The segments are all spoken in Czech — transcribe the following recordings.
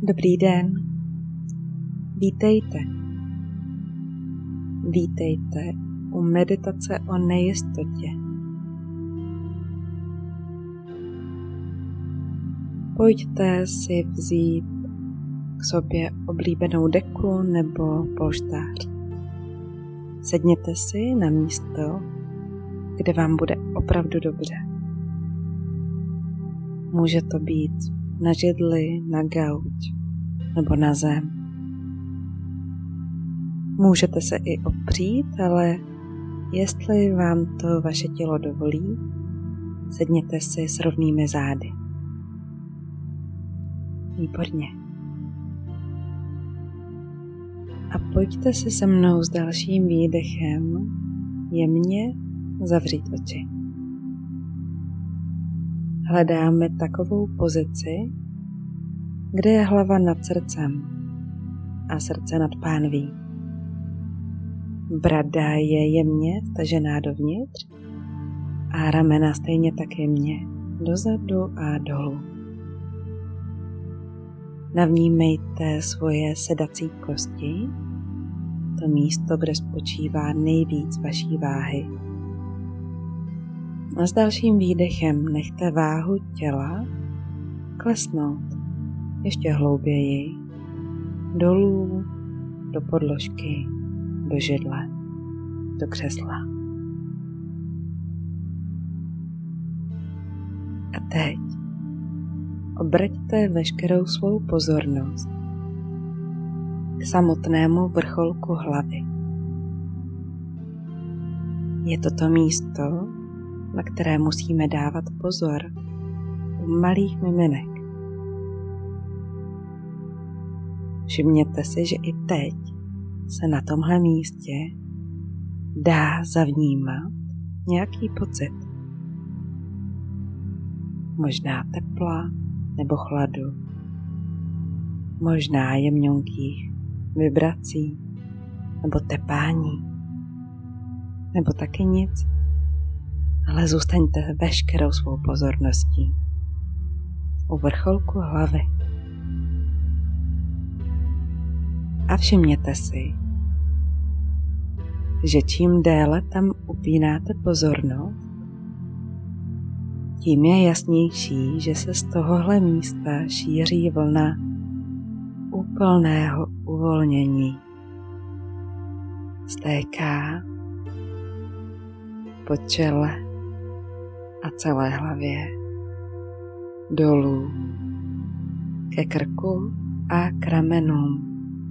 Dobrý den. Vítejte. Vítejte u meditace o nejistotě. Pojďte si vzít k sobě oblíbenou deku nebo polštář. Sedněte si na místo, kde vám bude opravdu dobře. Může to být na židli, na gauč nebo na zem. Můžete se i opřít, ale jestli vám to vaše tělo dovolí, sedněte si s rovnými zády. Výborně. A pojďte si se mnou s dalším výdechem jemně zavřít oči. Hledáme takovou pozici, kde je hlava nad srdcem a srdce nad pánví. Brada je jemně vtažená dovnitř a ramena stejně tak jemně dozadu a dolů. Navnímejte svoje sedací kosti, to místo, kde spočívá nejvíc vaší váhy. A s dalším výdechem nechte váhu těla klesnout ještě hlouběji dolů, do podložky, do židle, do křesla. A teď obraťte veškerou svou pozornost k samotnému vrcholku hlavy. Je to místo, na které musíme dávat pozor u malých miminek. Všimněte si, že i teď se na tomhle místě dá zavnímat nějaký pocit. Možná tepla nebo chladu. Možná jemňonkých vibrací nebo tepání. Nebo taky nic. Ale zůstaňte veškerou svou pozorností u vrcholku hlavy. A všimněte si, že čím déle tam upínáte pozornost, tím je jasnější, že se z tohohle místa šíří vlna úplného uvolnění. Stéká po čele a celé hlavě dolů ke krku a k ramenům.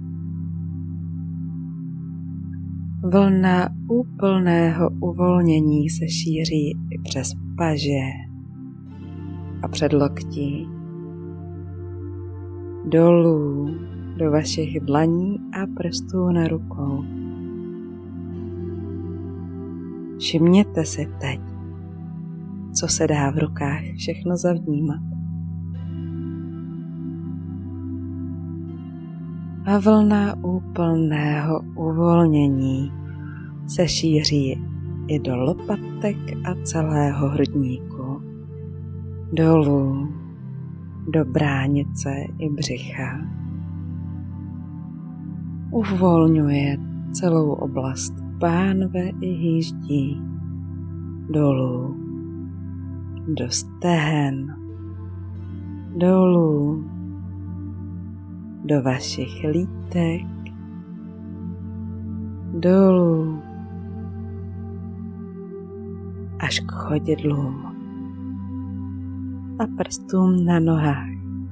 Vlna úplného uvolnění se šíří i přes paže a předloktí dolů do vašich dlaní a prstů na rukou. Všimněte si teď, co se dá v rukách všechno zavnímat. A vlna úplného uvolnění se šíří i do lopatek a celého hrudníku, dolů, do bránice i břicha. Uvolňuje celou oblast pánve i hýždí, dolů, do stehen, dolů, do vašich lítek, dolů, až k chodidlům a prstům na nohách.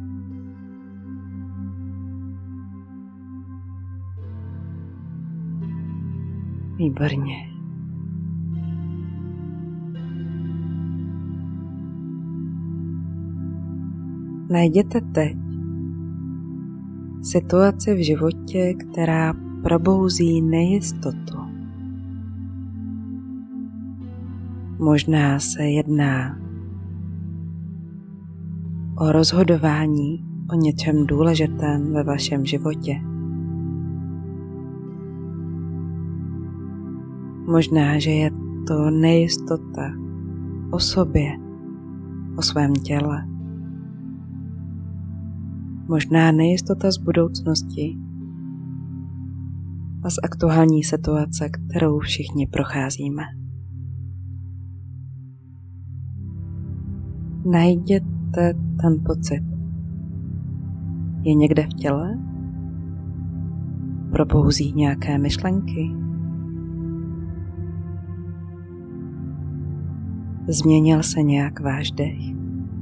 Výborně. Najděte teď situaci v životě, která probouzí nejistotu. Možná se jedná o rozhodování o něčem důležitém ve vašem životě. Možná, že je to nejistota o sobě, o svém těle. možná nejistota z budoucnosti a z aktuální situace, kterou všichni procházíme. Najděte ten pocit. Je někde v těle? Probouzí nějaké myšlenky? Změnil se nějak váš dech?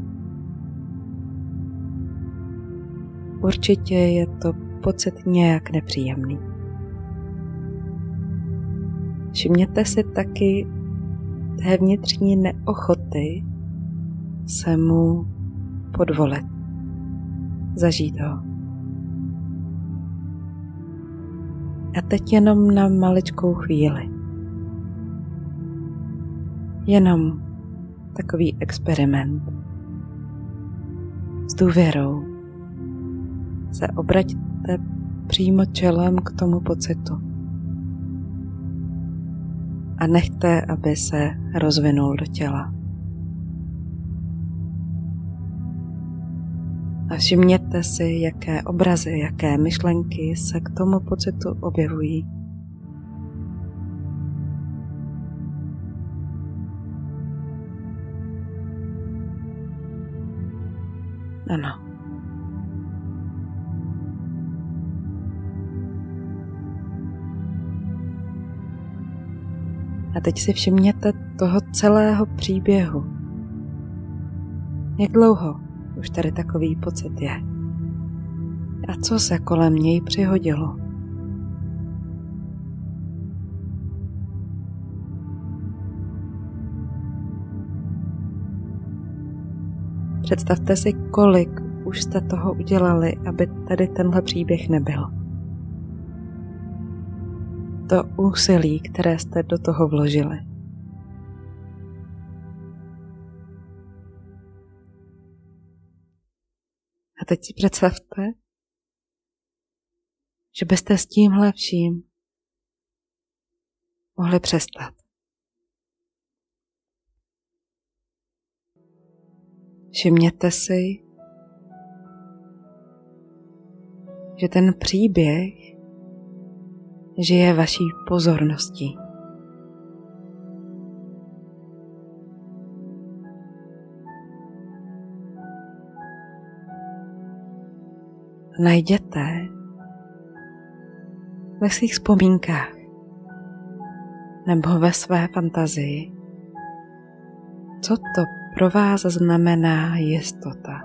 Určitě je to pocit nějak nepříjemný. Všimněte si taky té vnitřní neochoty se mu podvolit, zažít ho. A teď jenom na maličkou chvíli. Jenom takový experiment. S důvěrou se obraťte přímo čelem k tomu pocitu. A nechte, aby se rozvinul do těla. A všimněte si, jaké obrazy, jaké myšlenky se k tomu pocitu objevují. Ano. A teď si všimněte toho celého příběhu. Jak dlouho už tady takový pocit je? A co se kolem něj přihodilo? Představte si, kolik už jste toho udělali, aby tady tenhle příběh nebyl. To úsilí, které jste do toho vložili. A teď si představte, že byste s tímhle vším mohli přestat. Všimněte si, že ten příběh žije vaší pozorností. Najděte ve svých vzpomínkách nebo ve své fantazii, co to pro vás znamená jistota.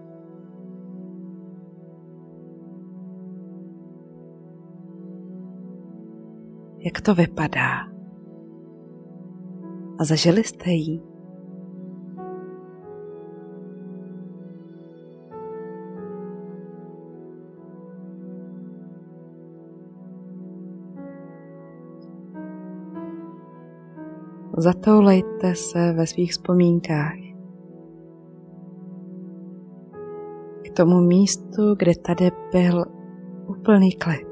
Jak to vypadá? A zažili jste ji? Zatoulejte se ve svých vzpomínkách k tomu místu, kde tady byl úplný klid.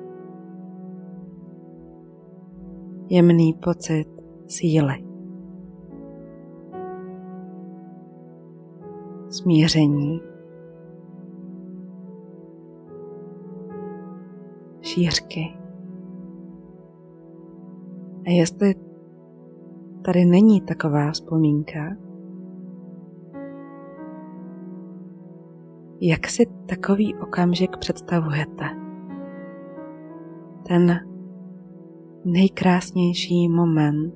Jemný pocit síly. Smíření. Šířky. A jestli tady není taková vzpomínka, jak si takový okamžik představujete? Ten nejkrásnější moment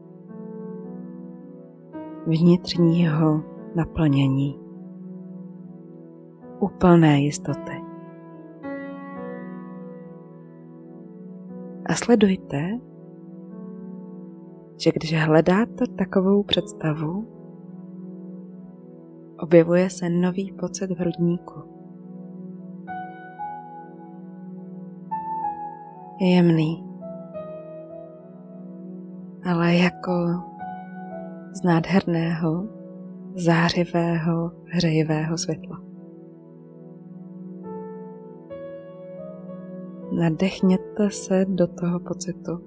vnitřního naplnění, úplné jistoty. A sledujte, že když hledáte takovou představu, objevuje se nový pocit v hrudníku. Je jemný, ale jako z nádherného, zářivého, hřejivého světla. Nadechněte se do toho pocitu.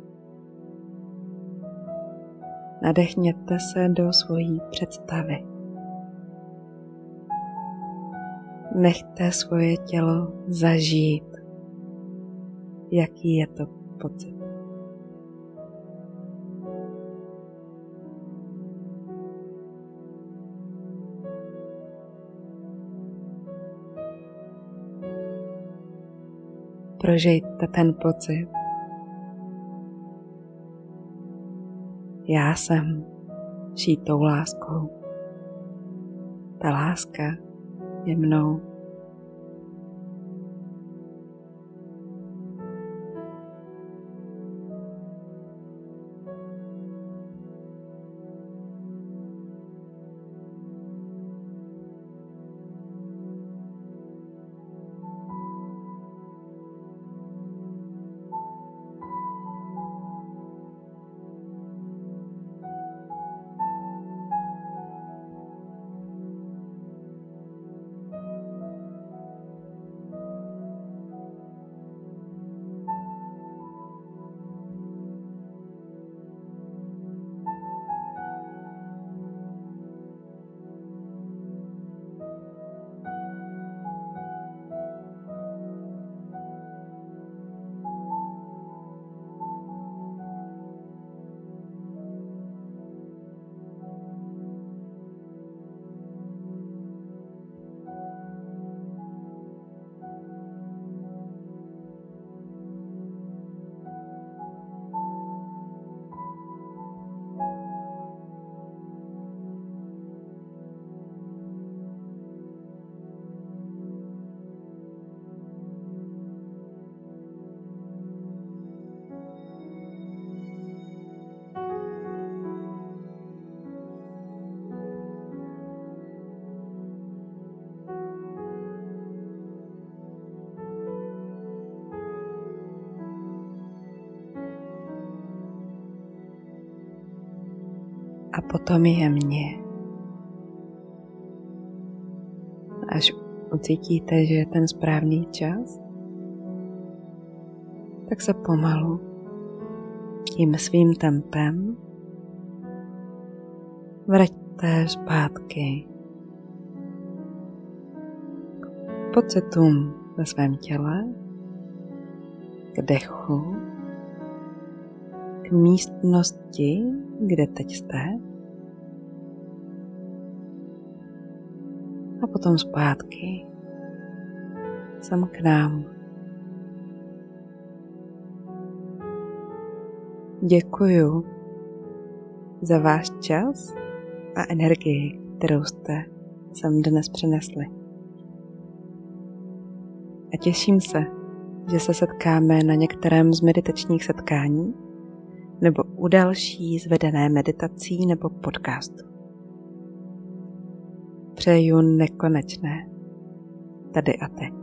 Nadechněte se do svojí představy. nechte svoje tělo zažít, jaký je to pocit. Prožijte ten pocit. Já jsem šitou láskou. Ta láska je mnou. A potom jemně, až ucítíte, že je ten správný čas, tak se pomalu tím svým tempem vraťte zpátky k pocitům ve svém těle, k dechu, k místnosti, kde teď jste, a potom zpátky sem k nám. Děkuju za váš čas a energii, kterou jste sem dnes přinesli. A těším se, že se setkáme na některém z meditačních setkání nebo u další zvedené meditací nebo podcastu. Přeju nekonečné tady a teď.